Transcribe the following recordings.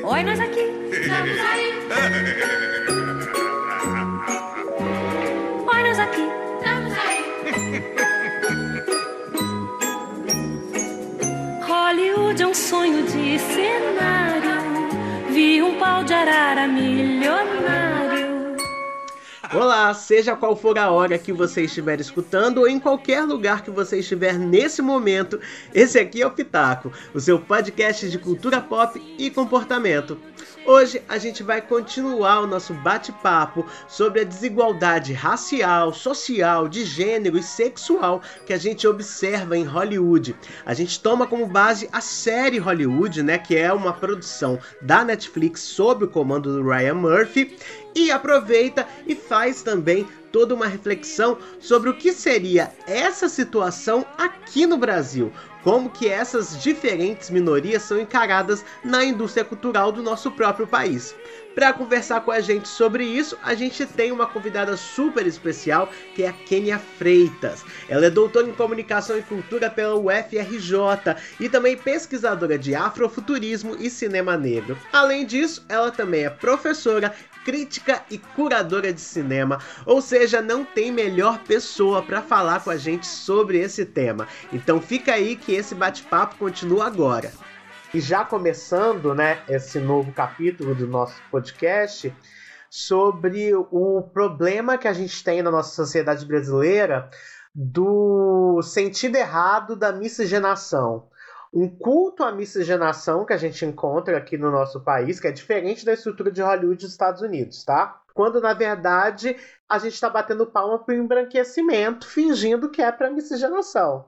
Oi, nós aqui. Estamos aí. Oi, nós aqui. Estamos aí. Hollywood é um sonho de cenário. Vi um pau de arara milionário. Olá, seja qual for a hora que você estiver escutando ou em qualquer lugar que você estiver nesse momento, esse aqui é o Pitaco, o seu podcast de cultura pop e comportamento. Hoje a gente vai continuar o nosso bate-papo sobre a desigualdade racial, social, de gênero e sexual que a gente observa em Hollywood. A gente toma como base a série Hollywood, né, que é uma produção da Netflix sob o comando do Ryan Murphy, e aproveita e faz também toda uma reflexão sobre o que seria essa situação aqui no Brasil. Como que essas diferentes minorias são encaradas na indústria cultural do nosso próprio país. Para conversar com a gente sobre isso, a gente tem uma convidada super especial, que é a Kênia Freitas. Ela é doutora em Comunicação e Cultura pela UFRJ e também pesquisadora de afrofuturismo e cinema negro. Além disso, ela também é professora, crítica e curadora de cinema, ou seja, não tem melhor pessoa para falar com a gente sobre esse tema. Então fica aí que esse bate-papo continua agora. E já começando, né, esse novo capítulo do nosso podcast sobre o problema que a gente tem na nossa sociedade brasileira do sentido errado da miscigenação. Um culto à miscigenação que a gente encontra aqui no nosso país, que é diferente da estrutura de Hollywood dos Estados Unidos, tá? Quando, na verdade, a gente está batendo palma para o embranquecimento, fingindo que é para miscigenação.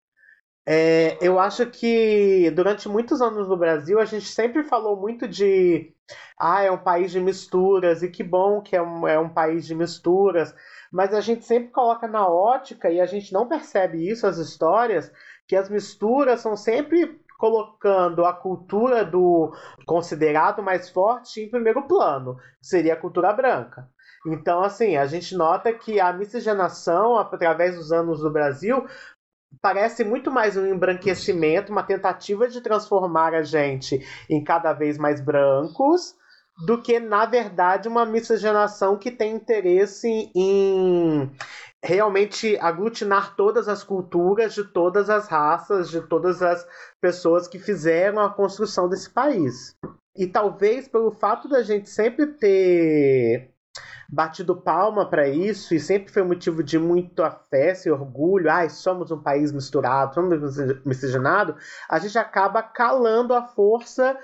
Eu acho que durante muitos anos no Brasil a gente sempre falou muito de é um país de misturas, e que bom que é um país de misturas, mas a gente sempre coloca na ótica, e a gente não percebe isso, as histórias, que as misturas são sempre colocando a cultura do considerado mais forte em primeiro plano, que seria a cultura branca. Então, assim, a gente nota que a miscigenação, através dos anos do Brasil, parece muito mais um embranquecimento, uma tentativa de transformar a gente em cada vez mais brancos, do que, na verdade, uma miscigenação que tem interesse em realmente aglutinar todas as culturas, de todas as raças, de todas as pessoas que fizeram a construção desse país. E talvez pelo fato da gente sempre ter batido palma para isso, e sempre foi motivo de muito festa e orgulho, somos um país misturado, somos miscigenado, a gente acaba calando a força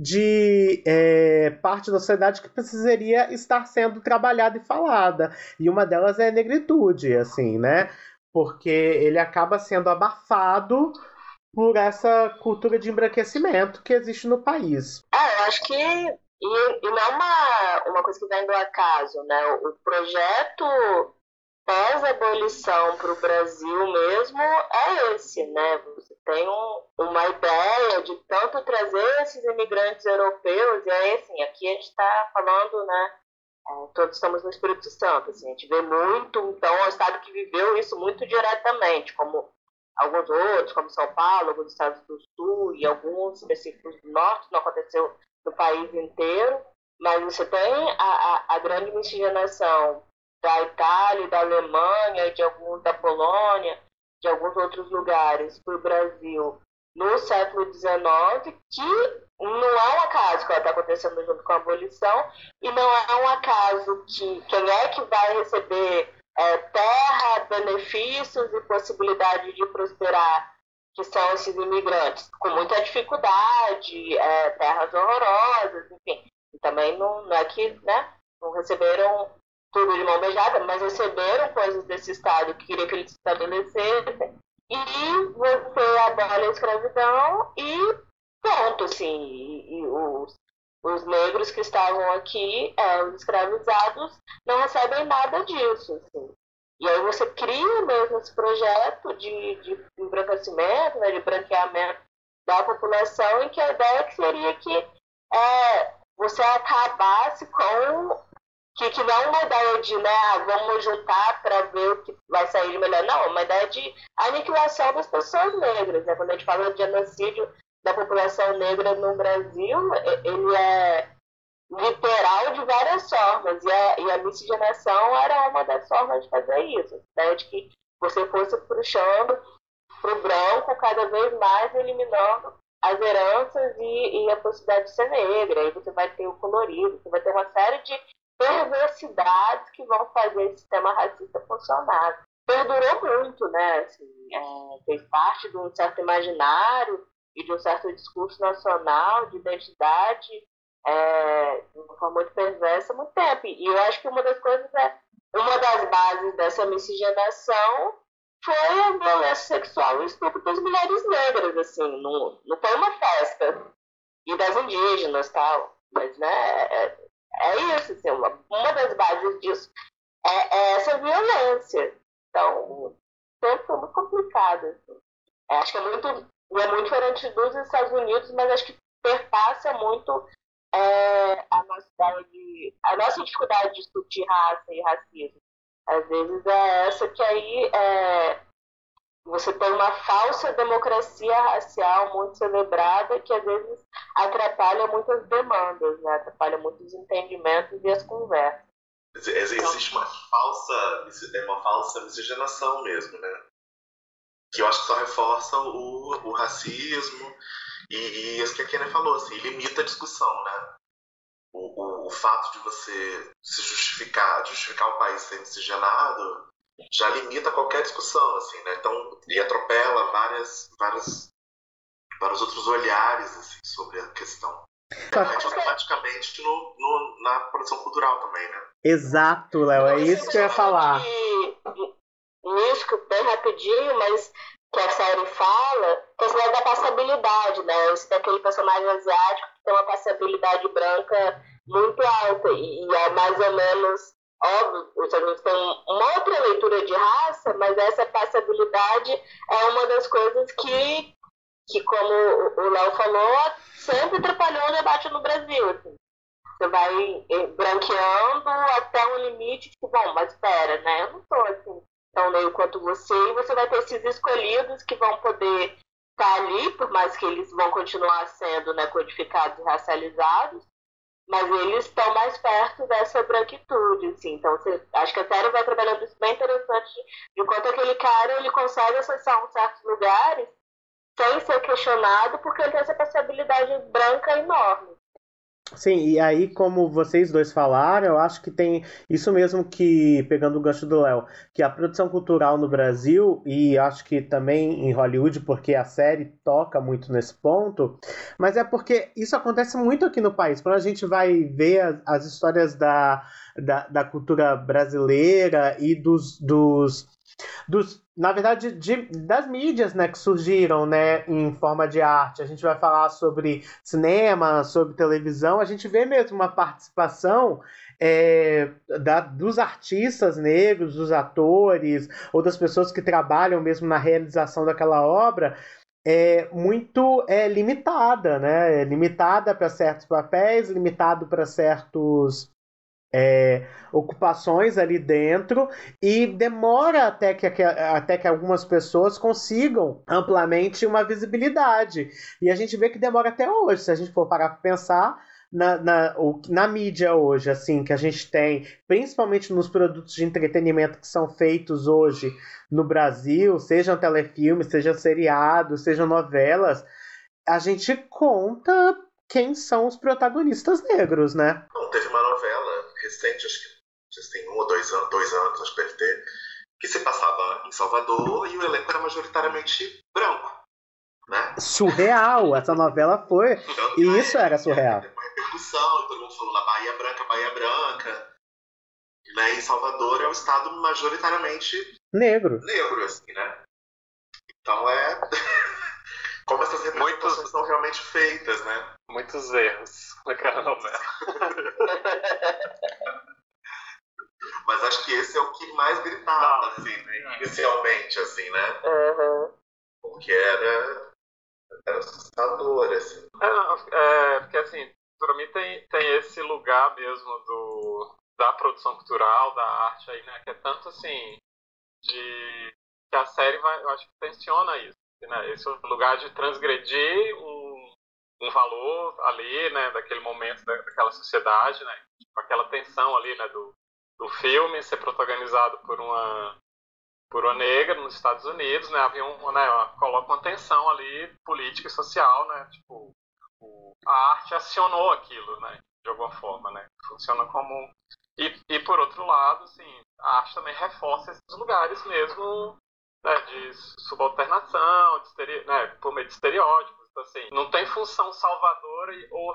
de parte da sociedade que precisaria estar sendo trabalhada e falada. E uma delas é a negritude, assim, né? Porque ele acaba sendo abafado por essa cultura de embranquecimento que existe no país. Eu acho que e não é uma coisa que vem do acaso, né? O projeto pós-abolição para o Brasil mesmo é esse, né? Você tem uma ideia de tanto trazer esses imigrantes europeus, e aí, assim, aqui a gente está falando, né? Todos estamos no Espírito Santo, assim, a gente vê muito, então é um estado que viveu isso muito diretamente, como alguns outros, como São Paulo, alguns estados do Sul e alguns específicos do Norte, não aconteceu no país inteiro, mas você tem a grande miscigenação da Itália, da Alemanha, de alguns da Polônia, de alguns outros lugares para o Brasil no século XIX, que não é um acaso que ela está acontecendo junto com a abolição, e não é um acaso que quem é que vai receber terra, benefícios e possibilidade de prosperar, que são esses imigrantes, com muita dificuldade, terras horrorosas, enfim. E também não é que, né, não receberam tudo de mão beijada, mas receberam coisas desse Estado que queria que eles se estabelecessem. E você abole a escravidão e pronto, assim. E os negros que estavam aqui, os escravizados, não recebem nada disso, assim. E aí você cria mesmo esse projeto de embranquecimento, né, de branqueamento da população, em que a ideia seria que você acabasse com... Que não é uma ideia de, né, vamos juntar para ver o que vai sair de melhor. Não, uma ideia de aniquilação das pessoas negras. Né? Quando a gente fala de genocídio, da população negra no Brasil, ele é literal de várias formas, e a miscigenação era uma das formas de fazer isso, né? De que você fosse puxando para o branco cada vez mais, eliminando as heranças e a possibilidade de ser negra. Aí você vai ter o colorido, você vai ter uma série de perversidades que vão fazer esse sistema racista funcionar. Perdurou muito, né? Assim, fez parte de um certo imaginário e de um certo discurso nacional de identidade, de uma forma muito perversa há muito tempo. E eu acho que uma das bases dessa miscigenação foi a violência sexual e o estupro das mulheres negras, assim, não foi uma festa, e das indígenas e tal, mas, né, é isso, assim, uma das bases disso é essa violência. Então, sempre foi muito complicado, assim. Acho que é muito diferente dos Estados Unidos, mas acho que perpassa muito a nossa dificuldade de discutir raça e racismo. Às vezes é essa que aí você tem uma falsa democracia racial muito celebrada que às vezes atrapalha muitas demandas, né? Atrapalha muitos entendimentos e as conversas. Existe uma falsa miscigenação mesmo, né? Que eu acho que só reforça o racismo e isso que a Kenia falou, assim, limita a discussão, né? O fato de você se justificar o país ser miscigenado já limita qualquer discussão, assim, né? Então, e atropela vários outros olhares, assim, sobre a questão. Automaticamente na produção cultural também, né? Exato, Léo, é isso que eu ia falar. Nisso, bem rapidinho, mas que a série fala, que é da passabilidade, né? Você tem aquele personagem asiático que tem uma passabilidade branca muito alta, e é mais ou menos óbvio, a gente tem uma outra leitura de raça, mas essa passabilidade é uma das coisas que como o Léo falou, sempre atrapalhou o debate no Brasil. Assim. Você vai branqueando até um limite, tipo, bom, mas espera, né? Eu não tô assim tão negro quanto você, e você vai ter esses escolhidos que vão poder estar ali, por mais que eles vão continuar sendo, né, codificados e racializados, mas eles estão mais perto dessa branquitude, assim. Então, acho que a série vai trabalhando isso bem interessante, de quanto aquele cara ele consegue acessar certos lugares sem ser questionado, porque ele tem essa possibilidade branca enorme. Sim, e aí, como vocês dois falaram, eu acho que tem isso mesmo que, pegando o gancho do Léo, que a produção cultural no Brasil, e acho que também em Hollywood, porque a série toca muito nesse ponto, mas é porque isso acontece muito aqui no país. Quando a gente vai ver as histórias da cultura brasileira e na verdade, das mídias, né, que surgiram, né, em forma de arte. A gente vai falar sobre cinema, sobre televisão. A gente vê mesmo uma participação dos artistas negros, dos atores, ou das pessoas que trabalham mesmo na realização daquela obra, muito limitada, né? Limitada para certos papéis, limitado para certos ocupações ali dentro, e demora até que algumas pessoas consigam amplamente uma visibilidade, e a gente vê que demora até hoje. Se a gente for parar para pensar na mídia hoje, assim, que a gente tem, principalmente nos produtos de entretenimento que são feitos hoje no Brasil, sejam telefilmes, sejam seriados, sejam novelas, a gente conta quem são os protagonistas negros, né? Não, teve uma novela recente, acho que tem 1 ou 2 anos, acho que deve ter, que se passava em Salvador e o elenco era majoritariamente branco, né? Surreal, essa novela foi, e isso era surreal. Teve uma repercussão, todo mundo falou na Bahia Branca, né? E Salvador é um estado majoritariamente negro, assim, né? Então como essas representações são realmente feitas, né? Muitos erros naquela novela. Mas acho que esse é o que mais gritava, assim, né? Inicialmente, assim, né? Uhum. Porque era assustador, assim. Porque, assim, pra mim tem esse lugar mesmo da produção cultural, da arte aí, né? Que é tanto, assim, que a série eu acho que tensiona isso, né? Esse lugar de transgredir um um valor ali, né, daquele momento, daquela sociedade, né, tipo, aquela tensão ali, né, do filme ser protagonizado por uma negra nos Estados Unidos, né, havia coloca uma tensão ali política e social, né, tipo, a arte acionou aquilo, né, de alguma forma, né, funciona como... E por outro lado, assim, a arte também reforça esses lugares mesmo, né, de subalternação, né, por meio de estereótipos, então, assim, não tem função salvadora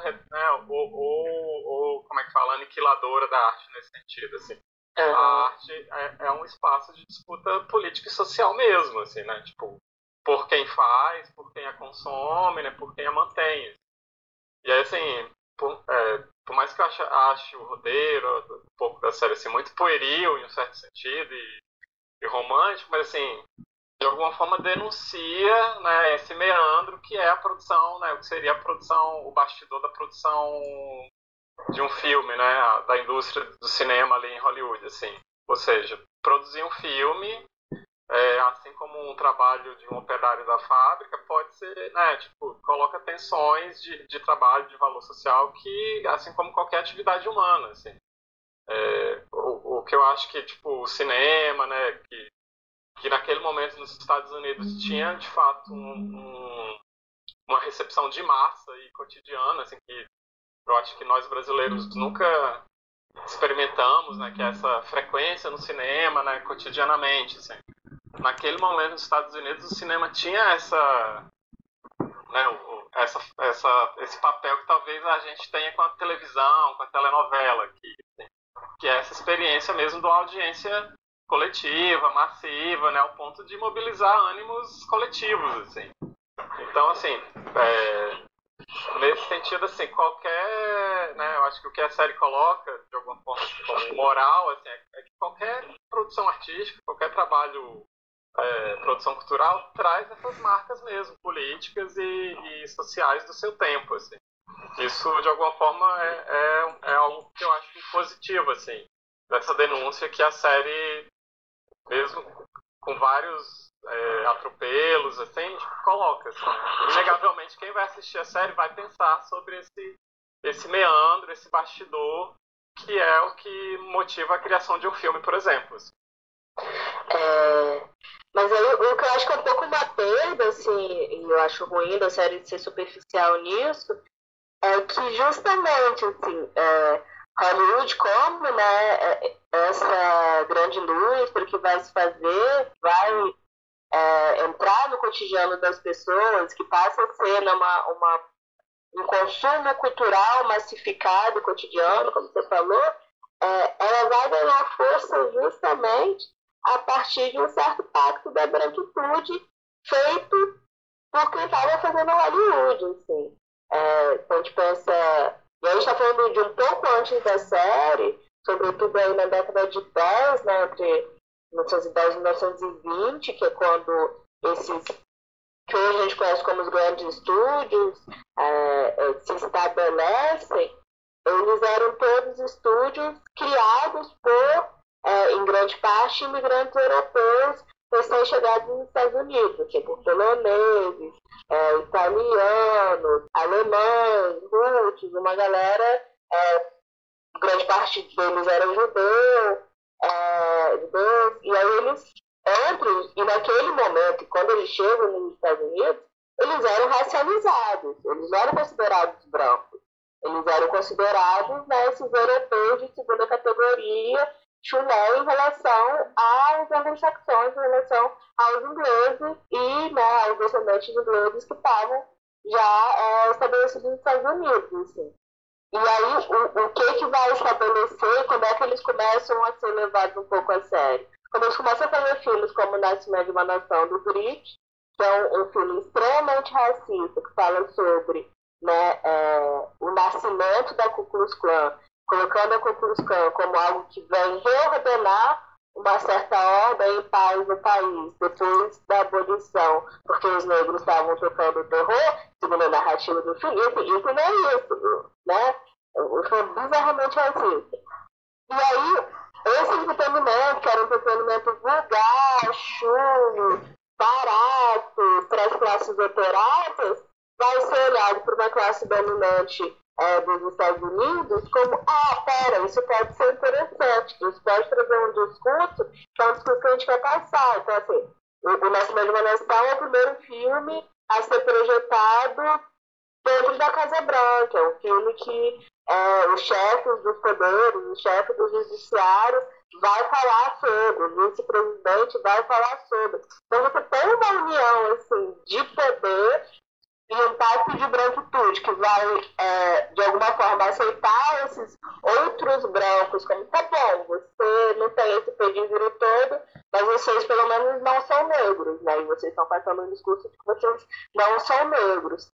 ou como é que fala, aniquiladora da arte nesse sentido, assim. A arte é um espaço de disputa política e social mesmo, assim, né, tipo, por quem faz, por quem a consome, né, por quem a mantém. E aí, assim, por mais que eu ache o roteiro, um pouco da série, assim, muito pueril, em um certo sentido, e romântico, mas, assim, de alguma forma denuncia, né, esse meandro que é a produção, né, o que seria a produção, o bastidor da produção de um filme, né, da indústria do cinema ali em Hollywood, assim. Ou seja, produzir um filme, assim como um trabalho de um operário da fábrica, pode ser, né, tipo, coloca tensões de trabalho, de valor social, que, assim como qualquer atividade humana, assim. O que eu acho que, tipo, o cinema, né, que naquele momento nos Estados Unidos tinha, de fato, uma recepção de massa e cotidiana, assim, que eu acho que nós brasileiros nunca experimentamos, né, que é essa frequência no cinema, né, cotidianamente, assim. Naquele momento nos Estados Unidos o cinema tinha esse papel que talvez a gente tenha com a televisão, com a telenovela, que é essa experiência mesmo da audiência coletiva, massiva, né, ao ponto de mobilizar ânimos coletivos, assim. Então, assim, nesse sentido, assim, né, eu acho que o que a série coloca, de alguma forma, como moral, assim, é que qualquer produção artística, qualquer trabalho, produção cultural, traz essas marcas mesmo, políticas e sociais do seu tempo, assim. Isso, de alguma forma, é algo que eu acho positivo, assim, dessa denúncia que a série, mesmo com vários atropelos, assim, coloca. Assim. Inegavelmente, quem vai assistir a série vai pensar sobre esse meandro, esse bastidor, que é o que motiva a criação de um filme, por exemplo. Assim. Mas aí o que eu acho que é um pouco uma perda, assim, e eu acho ruim da série ser superficial nisso, é que justamente, assim, Hollywood, como, né, essa grande indústria que vai se fazer, vai entrar no cotidiano das pessoas, que passa a ser um consumo cultural massificado, cotidiano, como você falou, ela vai ganhar força justamente a partir de um certo pacto da branquitude feito por quem estava fazendo Hollywood, assim. Então a gente pensa... E a gente está falando de um pouco antes da série, sobretudo aí na década de 10, né, entre 1910 e 1920, que é quando esses que hoje a gente conhece como os grandes estúdios se estabelecem. Eles eram todos estúdios criados por, em grande parte, imigrantes europeus recém-chegados nos Estados Unidos, tipo poloneses, italianos, alemães, russos, uma galera, grande parte deles eram judeus, e aí eles entram, e naquele momento, quando eles chegam nos Estados Unidos, eles eram racializados, eles não eram considerados brancos, eles eram considerados, né, esses europeus de segunda categoria, chulé, em relação aos anglo-saxões, em relação aos ingleses e, né, aos descendentes de ingleses que estavam já estabelecidos nos Estados Unidos. Assim. E aí, o que vai estabelecer, quando é que eles começam a ser levados um pouco a sério? Quando eles começam a fazer filmes como O Nascimento de uma Nação, do Britt, que é um filme extremamente racista, que fala sobre, né, o nascimento da Ku Klux Klan, colocando a Ku Klux Klan como algo que vem reordenar uma certa ordem e paz no país, depois da abolição, porque os negros estavam tocando terror, segundo a narrativa do filme. Isso não é isso, né? Foi bizarramente racista. E aí, esse entretenimento, que era um entretenimento vulgar, chulo, barato, para as classes operadas, vai ser olhado por uma classe dominante dos Estados Unidos como, pera, isso pode ser interessante, isso pode trazer um discurso que é um discurso que a gente quer passar. Então, assim, o Nascimento de uma Nação é o primeiro filme a ser projetado dentro da Casa Branca. É um filme que os chefes dos poderes, os chefes dos judiciários vai falar sobre, o vice-presidente vai falar sobre. Então você tem uma união assim, de poder e um pacto de branquitude que vai, de alguma forma, aceitar esses outros brancos como, tá bom, você não tem esse pedigree todo, mas vocês pelo menos não são negros, né? E vocês estão passando um discurso de que vocês não são negros.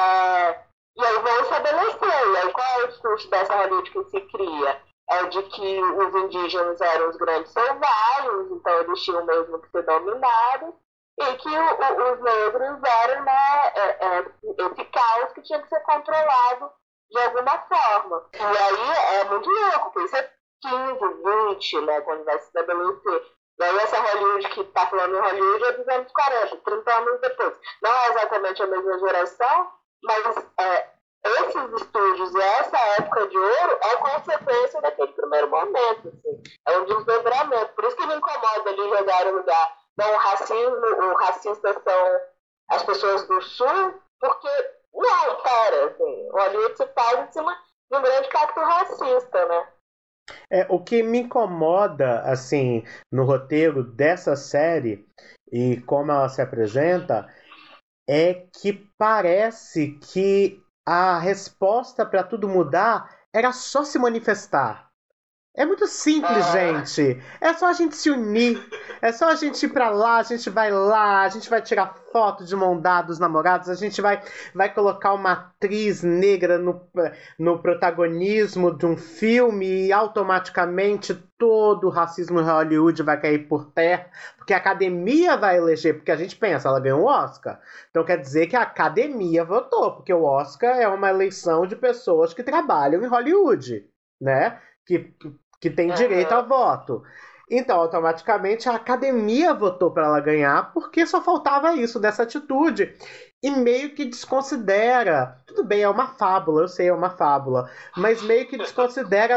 E aí vão estabelecer. E aí qual é o discurso dessa Hollywood que se cria? É de que os indígenas eram os grandes selvagens, então eles tinham mesmo que ser dominados, e que os negros eram esse caos que tinha que ser controlado de alguma forma. E aí é muito louco, porque isso é 15, 20, né, quando vai se estabelecer. E aí essa Hollywood que está falando em Hollywood é dos anos 40, 30 anos depois. Não é exatamente a mesma geração, mas esses estúdios e essa época de ouro é consequência daquele primeiro momento. Assim. É um desdobramento. Por isso que me incomoda ali jogar o lugar. Não, o racista são as pessoas do Sul, porque, não, pera, assim, o Hollywood se faz em cima de um grande pacto racista, né? O que me incomoda, assim, no roteiro dessa série e como ela se apresenta, é que parece que a resposta para tudo mudar era só se manifestar. É muito simples, gente. É só a gente se unir. É só a gente ir pra lá, a gente vai lá, a gente vai tirar foto de mão dada dos namorados, a gente vai colocar uma atriz negra no protagonismo de um filme e automaticamente todo o racismo em Hollywood vai cair por terra, porque a academia vai eleger, porque a gente pensa, ela ganhou o Oscar. Então quer dizer que a academia votou, porque o Oscar é uma eleição de pessoas que trabalham em Hollywood, né? Que tem direito a voto. Então, automaticamente, a academia votou para ela ganhar, porque só faltava isso, dessa atitude. E meio que desconsidera... Tudo bem, é uma fábula, eu sei, é uma fábula. Mas meio que desconsidera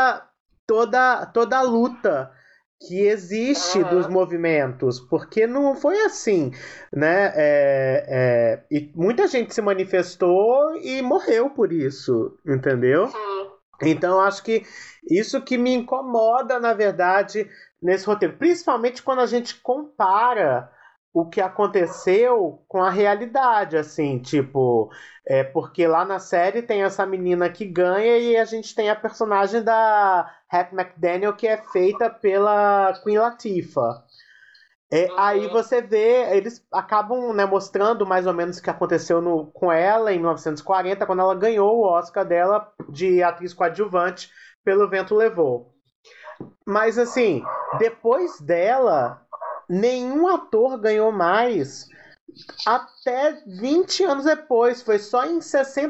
toda a luta que existe dos movimentos. Porque não foi assim, né? E muita gente se manifestou e morreu por isso, entendeu? Então, acho que isso que me incomoda, na verdade, nesse roteiro. Principalmente quando a gente compara o que aconteceu com a realidade, assim, tipo... porque lá na série tem essa menina que ganha e a gente tem a personagem da Hattie McDaniel, que é feita pela Queen Latifah. Aí você vê, eles acabam, né, mostrando mais ou menos o que aconteceu com ela em 1940, quando ela ganhou o Oscar dela de atriz coadjuvante pelo Vento Levou. Mas assim, depois dela, nenhum ator ganhou mais até 20 anos depois. Foi só em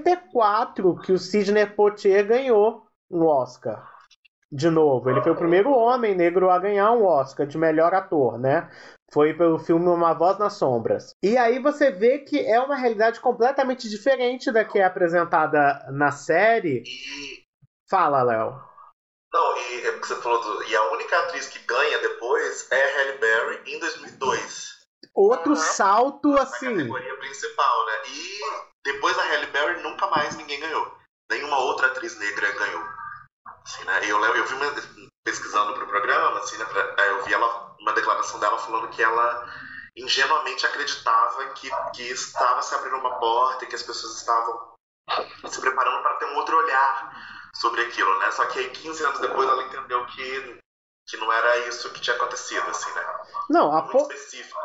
64 que o Sidney Poitier ganhou um Oscar. De novo, ele foi o primeiro homem negro a ganhar um Oscar de melhor ator, né? Foi pelo filme Uma Voz nas Sombras. E aí você vê que é uma realidade completamente diferente da que é apresentada na série. Fala, Léo. Não, e é porque você falou e a única atriz que ganha depois é a Halle Berry em 2002. Outro salto, assim... Na categoria principal, né? E depois da Halle Berry nunca mais ninguém ganhou. Nenhuma outra atriz negra ganhou. Assim, né? Eu vi pesquisando para o programa, assim, né, eu vi uma declaração dela falando que ela ingenuamente acreditava que estava se abrindo uma porta e que as pessoas estavam se preparando para ter um outro olhar sobre aquilo, né? Só que aí 15 anos depois ela entendeu que não era isso que tinha acontecido, assim, né? Não, muito específico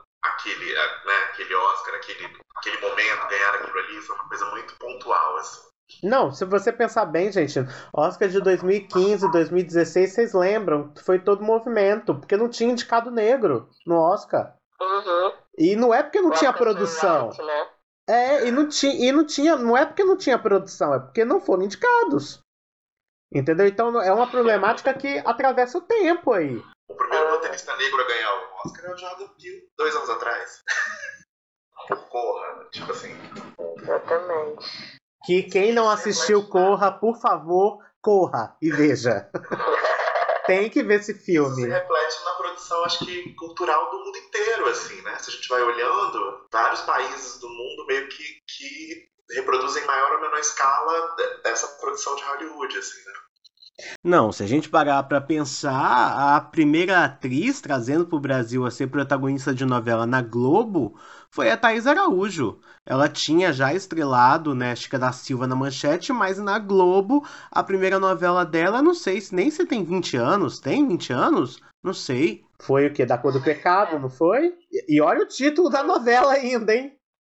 aquele Oscar, aquele momento, ganhar aquilo ali, foi uma coisa muito pontual, assim. Não, se você pensar bem, gente, Oscar de 2015, 2016, vocês lembram? Foi todo movimento, porque não tinha indicado negro no Oscar. E não é porque não tinha produção. Não é porque não tinha produção, é porque não foram indicados. Entendeu? Então é uma problemática que atravessa o tempo aí. O primeiro roteirista negro a ganhar o Oscar é o Jordan Peele, 2 anos atrás. Porra, tipo assim... Exatamente. Que quem não assistiu Corra, por favor, corra e veja. Tem que ver esse filme. Isso se reflete na produção, acho que, cultural do mundo inteiro, assim, né? Se a gente vai olhando, vários países do mundo meio que reproduzem em maior ou menor escala essa produção de Hollywood, assim, né? Não, se a gente parar pra pensar, a primeira atriz trazendo pro Brasil a ser protagonista de novela na Globo foi a Thaís Araújo. Ela tinha já estrelado, né, Chica da Silva na Manchete, mas na Globo, a primeira novela dela, não sei se nem se tem 20 anos. Tem 20 anos? Não sei. Foi o quê? Da Cor do Pecado, não foi? E olha o título da novela ainda, hein?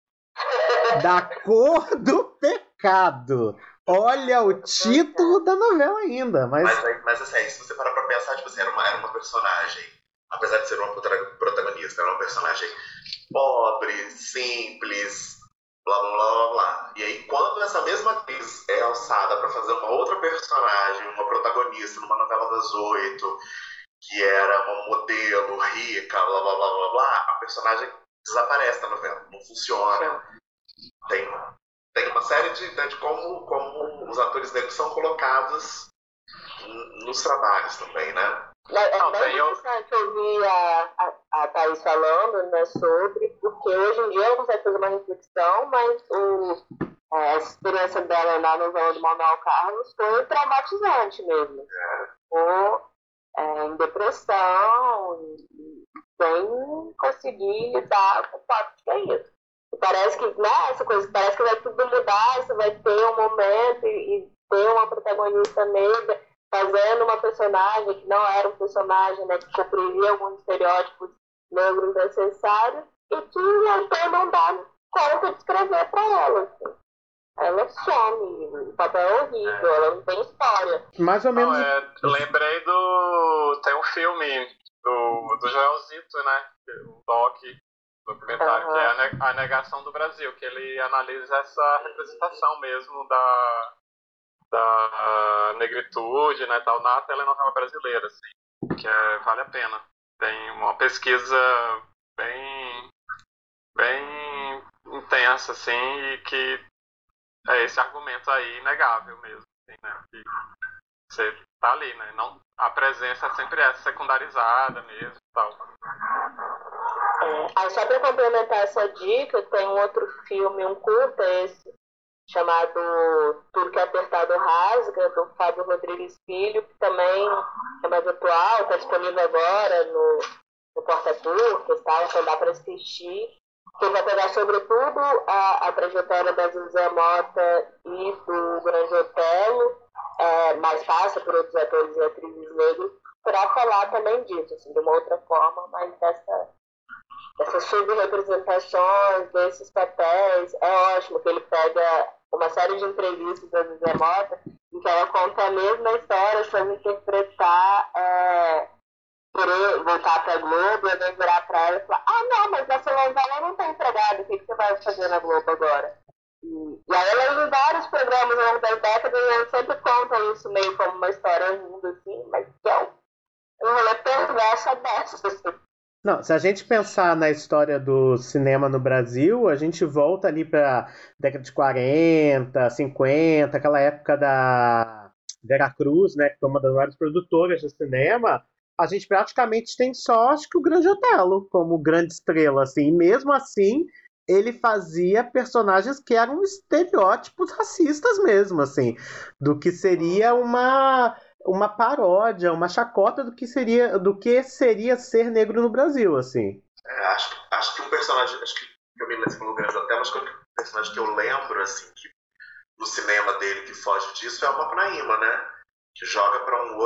Da Cor do Pecado. Olha o título da novela ainda, mas assim, se você parar pra pensar, tipo assim, era uma personagem, apesar de ser uma protagonista, era uma personagem pobre, simples, blá blá blá blá blá. E aí, quando essa mesma atriz é alçada pra fazer uma outra personagem, uma protagonista numa novela das 8, que era uma modelo rica, blá blá blá blá blá, a personagem desaparece da novela, não funciona. Tem uma série de como os atores negros são colocados nos trabalhos também, né? É bem interessante ouvir a Thaís falando, né, sobre, porque hoje em dia ela consegue fazer uma reflexão, mas a experiência dela na novela do Manuel Carlos foi traumatizante mesmo. Ficou em depressão e sem conseguir lidar com o fato de que é isso. Parece que, né, essa coisa, parece que vai tudo mudar, você vai ter um momento e ter uma protagonista negra fazendo uma personagem que não era um personagem, né, que cumpriria alguns estereótipos negros necessários e que o autor não dá conta de escrever para ela. Assim. Ela some, o papel é horrível, ela não tem história. Mais ou menos. Lembrei tem um filme do Joelzito, né, o documentário, que é a Negação do Brasil, que ele analisa essa representação mesmo da negritude, né, tal, na telenovela brasileira, assim, que vale a pena. Tem uma pesquisa bem intensa, assim, e que é esse argumento aí inegável mesmo, assim, né, que você tá ali, né, não, a presença sempre é secundarizada mesmo, tal. Só para complementar essa dica, tem um outro filme, um curta esse, chamado Tudo que Apertado Rasga, do Fábio Rodrigues Filho, que também é mais atual, está disponível agora no Porta-Curtas, então dá para assistir. Que vai pegar sobretudo a trajetória da Zezé Mota e do Grande Otelo, mas passa por outros atores e atrizes negros, para falar também disso, assim, de uma outra forma, mas dessas subrepresentações, desses papéis. É ótimo que ele pega uma série de entrevistas da Zezé Mota em que ela conta a mesma história, faz interpretar, querer voltar para a Globo, e alguém virar para ela e falar: não, mas nessa novela não tem empregado, o que você vai fazer na Globo agora? E aí ela, em vários programas ao longo das décadas, ela sempre conta isso meio como uma história linda, assim, mas que é um rolê perverso dessa, assim. Não, se a gente pensar na história do cinema no Brasil, a gente volta ali para década de 40, 50, aquela época da Vera Cruz, né, que foi uma das maiores produtoras de cinema. A gente praticamente tem só, acho que o Grande Otelo como grande estrela, assim. E mesmo assim, ele fazia personagens que eram estereótipos racistas mesmo, assim, do que seria uma paródia, uma chacota do que seria ser negro no Brasil, assim. Acho que um personagem, acho que eu me lembro pelo Grande Otelo, acho que o personagem que eu lembro, assim, que no cinema dele que foge disso é o Macunaíma, né? Que joga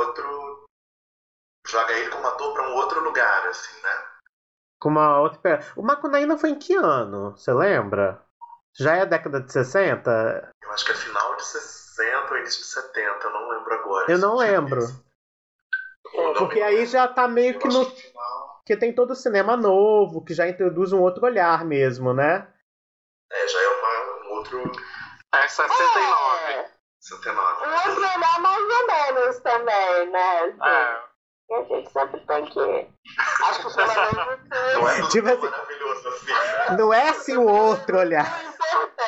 ele como ator para um outro lugar, assim, né? Com uma outra... O Macunaíma foi em que ano? Você lembra? Já é a década de 60? Eu acho que é final de 60 ou início de 70, eu não lembro agora. Eu não lembro. Porque aí já tá meio que no... Que tem todo o cinema novo, que já introduz um outro olhar mesmo, né? Já é um outro... É 69. 69. Um outro olhar mais ou menos também, né? Assim. A gente sempre tem que... Acho que não é tudo maravilhoso assim. Não é assim o outro olhar. É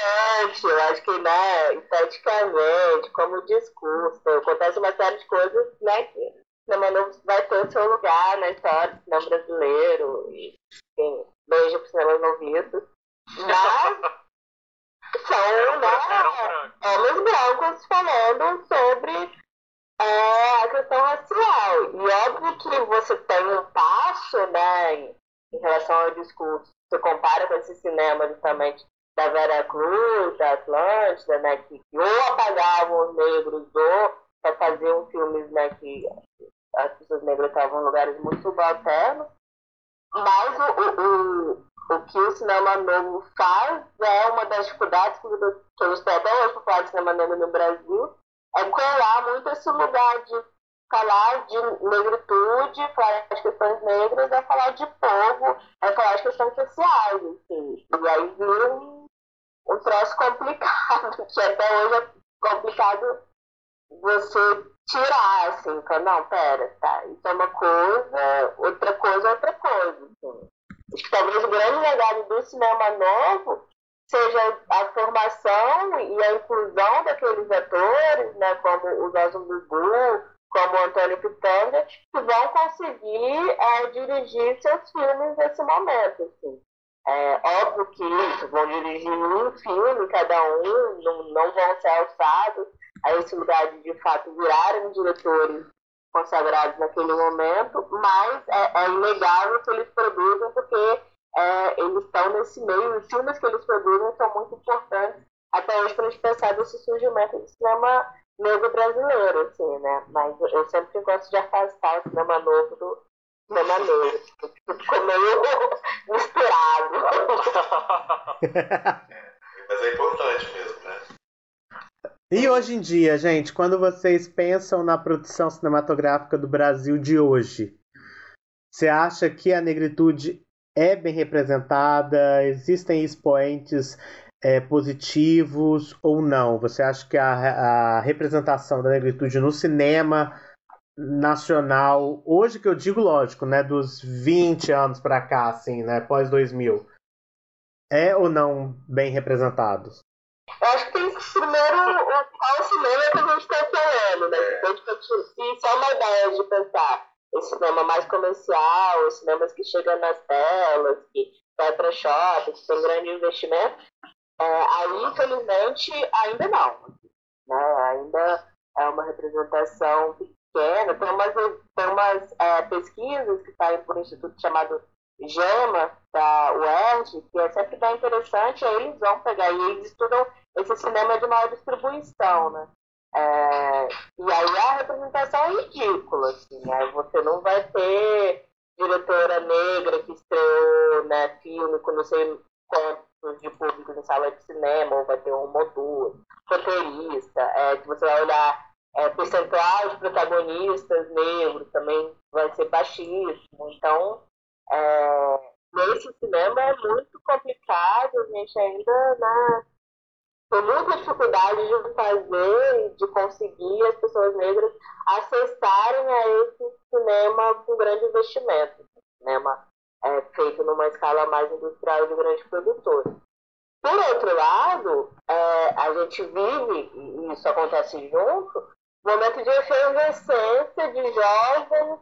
arte, eu acho que, né, esteticamente, como discurso, acontece uma série de coisas, né, que o cinema novo vai ter o seu lugar na história do cinema brasileiro, e, enfim, beijo pro cinema noviço. Mas são, né, homens brancos falando sobre a questão racial. E óbvio que você tem um passo, né, em relação ao discurso. Você compara com esse cinema justamente da Vera Cruz, da Atlântida, né, que ou apagavam os negros ou faziam filmes, né, que as pessoas negras estavam em lugares muito subalternos. Mas o que o cinema novo faz é uma das dificuldades que eles têm até hoje para falar de cinema negro no Brasil, é colar muito esse lugar de falar de negritude, falar de questões negras, é falar de povo, é falar de questões sociais, assim. E aí vira um troço complicado, que até hoje é complicado você tirar, assim, falar, não, pera, tá, isso é uma coisa, outra coisa é outra coisa, assim. Acho que talvez o grande legado do cinema novo seja a formação e a inclusão daqueles atores, né, como o Zózimo Bubu, como o Antônio Pitanga, que vão conseguir dirigir seus filmes nesse momento. Assim. Óbvio que vão dirigir um filme cada um, não vão ser alçados a esse lugar de fato virarem diretores consagrados naquele momento, mas é inegável que eles produzem porque eles estão nesse meio, os filmes que eles produzem são muito importantes até hoje para a gente pensar desse surgimento do cinema negro brasileiro, assim, né? Mas eu sempre gosto de afastar o cinema novo do cinema negro. Ficou meio misturado. Mas é importante mesmo, né? E hoje em dia, gente, quando vocês pensam na produção cinematográfica do Brasil de hoje, você acha que a negritude é bem representada? Existem expoentes positivos ou não? Você acha que a representação da negritude no cinema nacional, hoje que eu digo, lógico, né, dos 20 anos para cá, assim, né, pós 2000, é ou não bem representados? Eu acho que tem primeiro qual cinema que a gente está falando, né? Isso é uma ideia de pensar esse cinema mais comercial, os cinemas que chegam nas telas, que vai para shopping, que tem grande investimento. Aí, infelizmente, ainda não. Né? Ainda é uma representação pequena. Tem umas pesquisas que saem por um instituto chamado GEMA, da UERJ, que é sempre bem interessante. Aí eles vão pegar e eles estudam esse cinema de maior distribuição, né? E aí a representação é ridícula, assim, né? Você não vai ter diretora negra que estreou, né, filme com não sei quantos de público em sala de cinema, ou vai ter uma ou duas, roteirista, se você vai olhar percentual de protagonistas negros também vai ser baixíssimo. Então, nesse cinema é muito complicado, a gente ainda, né, tem muita dificuldade de fazer, de conseguir as pessoas negras acessarem a esse cinema com grande investimento. Cinema feito numa escala mais industrial de grandes produtores. Por outro lado, a gente vive, e isso acontece junto, um momento de efervescência de jovens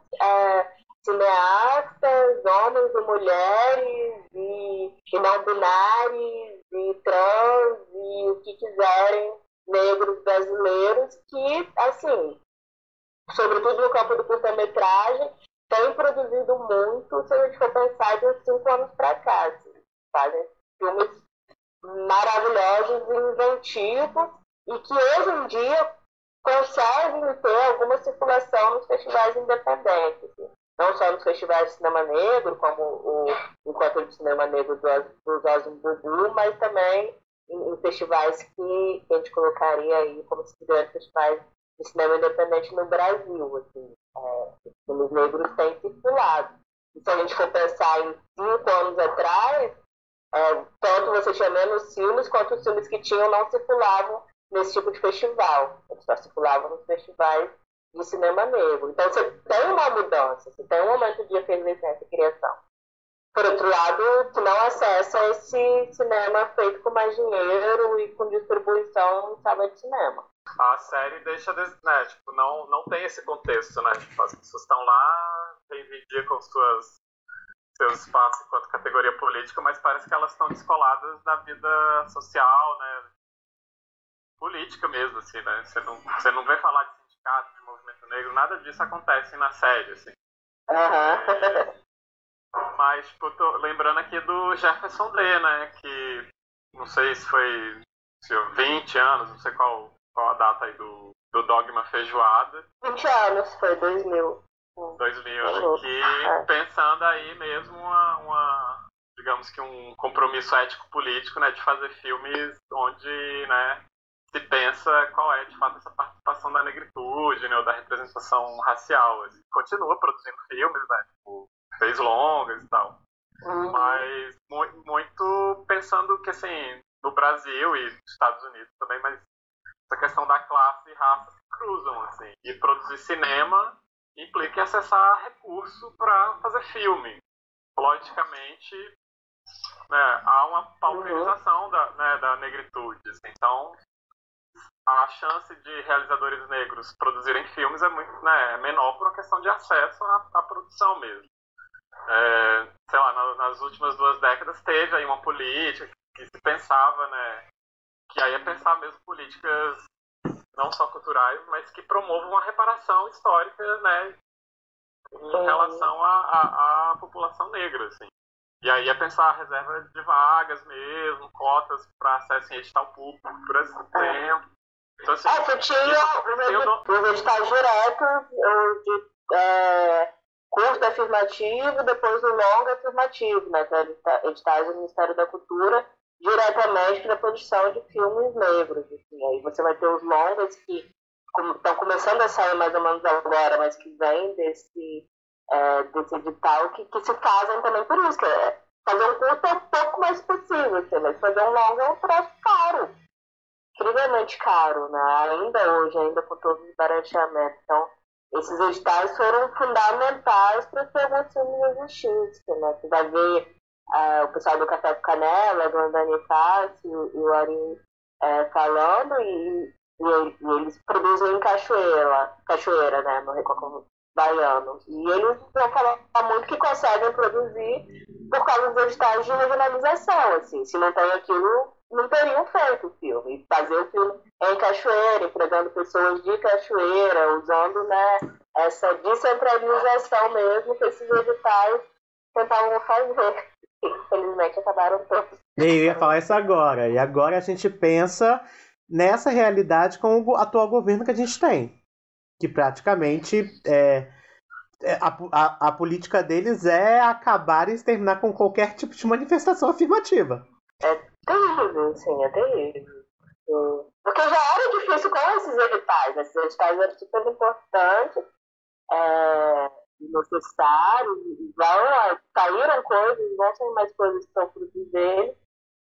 cineastas, homens e mulheres, e não binários, e trans, e o que quiserem, negros brasileiros, que, assim, sobretudo no campo do curta-metragem, tem produzido muito, se a gente for pensar de uns 5 anos para cá. Assim, fazem filmes maravilhosos e inventivos, e que hoje em dia conseguem ter alguma circulação nos festivais independentes. Assim. Não só nos festivais de cinema negro, como o Encontro de Cinema Negro do Zózimo Bubu, mas também em festivais que a gente colocaria aí como se grandes festivais de cinema independente no Brasil. Assim. Os filmes negros têm circulado. E se a gente for pensar em 5 anos atrás, tanto você tinha menos filmes, quanto os filmes que tinham não circulavam nesse tipo de festival. Eles só circulavam nos festivais de cinema negro. Então você tem uma mudança, você tem um momento de efervescência e criação. por outro lado, tu não acessa esse cinema feito com mais dinheiro e com distribuição em sala de cinema. A série deixa, né, tipo, não tem esse contexto, né? Tipo, as pessoas estão lá, reivindicam seus espaços enquanto categoria política, mas parece que elas estão descoladas da vida social, né? Política mesmo, assim, né? Você não vê falar de sindicato, de movimento negro, nada disso acontece na série, assim. Mas, tipo, eu tô lembrando aqui do Jefferson D, né? Que não sei se foi 20 anos, não sei qual a data aí do Dogma Feijoada. 20 anos, foi 2000. 2000, né? Que pensando aí mesmo digamos que um compromisso ético-político, né? De fazer filmes onde, né? Se pensa qual é, de fato, essa participação da negritude, né? Ou da representação racial. Assim. Continua produzindo filmes, né? Tipo, fez longas e tal. Mas muito pensando que, assim, no Brasil e nos Estados Unidos também, mas essa questão da classe e raça se cruzam, assim. E produzir cinema implica acessar recurso para fazer filme. Logicamente, né, há uma pauperização da negritude. Assim. Então, a chance de realizadores negros produzirem filmes é muito, né, menor por uma questão de acesso à produção mesmo. Sei lá, nas últimas 2 décadas teve aí uma política que se pensava, né, que aí é pensar mesmo políticas não só culturais, mas que promovam uma reparação histórica, né, em relação à população negra, assim. E aí é pensar a reserva de vagas mesmo, cotas para acesso em edital público, por exemplo. Então, assim, você tinha os editais diretos de curso afirmativo, depois o longa afirmativo, né, que é editais do Ministério da Cultura, diretamente para a produção de filmes negros. Assim. Aí você vai ter os longas que estão começando a sair mais ou menos agora, mas que vêm desse edital, que se fazem também por isso. Fazer um curso é um pouco mais possível, assim, mas fazer um longa é um preço caro. Incrivelmente caro, né? Ainda hoje, com todos os barateamentos. Então, esses editais foram fundamentais para que alguns filmes existissem, né? Você vai ver o pessoal do Café com Canela, do Andani Fácil e o Ari falando, e eles produzem em Cachoeira, né? No Recôncavo Baiano. E eles vão falar muito que conseguem produzir por causa dos editais de regionalização, assim. Se não tem aquilo, não teriam feito o filme. E fazer o filme em Cachoeira, empregando pessoas de Cachoeira, usando, né, essa descentralização mesmo que esses editais tentavam fazer. Infelizmente acabaram todos. Eu ia falar isso agora. E agora a gente pensa nessa realidade com o atual governo que a gente tem. Que praticamente a política deles é acabar e exterminar com qualquer tipo de manifestação afirmativa. É terrível, sim, é terrível. Porque já era difícil com esses editais. Esses editais eram super importantes, necessários, já saíram coisas, vão sair mais coisas que estão frutos dele.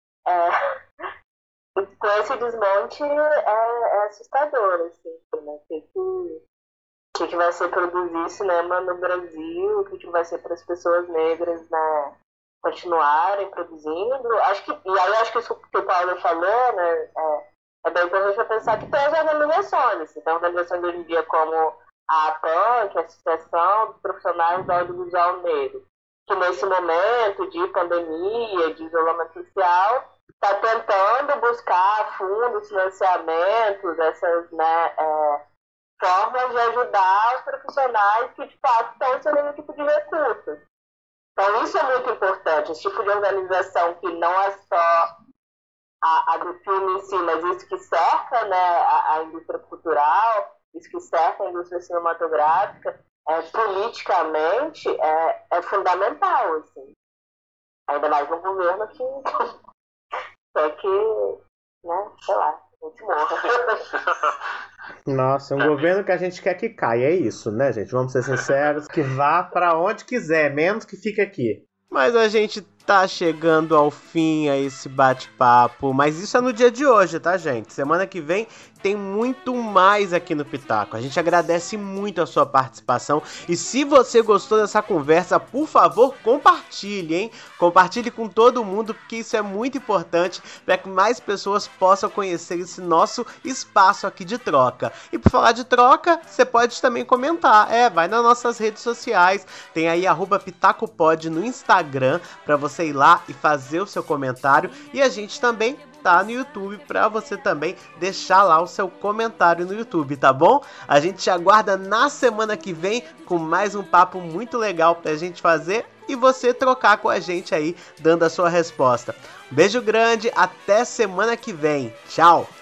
E com esse desmonte é assustador, assim, né? O que vai ser produzir cinema no Brasil, o que vai ser para as pessoas negras, né, continuarem produzindo. Acho que isso que o Paulo falou, né, é bem importante para pensar que tem as organizações. Assim, tem organizações hoje em dia como a APAN, que é a Associação dos Profissionais do Audiovisual Negro, que nesse momento de pandemia, de isolamento social, está tentando buscar fundos, financiamentos, essas, né, formas de ajudar os profissionais que, de fato, estão sem nenhum tipo de recursos. Então, isso é muito importante. Esse tipo de organização que não é só a do filme em si, mas isso que cerca, né, a indústria cultural, isso que cerca a indústria cinematográfica, politicamente, é fundamental, assim. Ainda mais no governo que quer que, né, sei lá, a gente morra. Nossa, um governo que a gente quer que caia, é isso, né, gente? Vamos ser sinceros, que vá pra onde quiser, menos que fique aqui. Mas a gente tá chegando ao fim a esse bate-papo, mas isso é no dia de hoje, tá, gente? Semana que vem tem muito mais aqui no Pitaco. A gente agradece muito a sua participação e se você gostou dessa conversa, por favor, compartilhe, hein? Compartilhe com todo mundo, porque isso é muito importante para que mais pessoas possam conhecer esse nosso espaço aqui de troca. E por falar de troca, você pode também comentar. Vai nas nossas redes sociais, tem aí @pitacopod no Instagram para você ir lá e fazer o seu comentário, e a gente também tá no YouTube para você também deixar lá o seu comentário no YouTube, tá bom? A gente te aguarda na semana que vem com mais um papo muito legal pra gente fazer e você trocar com a gente aí, dando a sua resposta. Um beijo grande, até semana que vem. Tchau!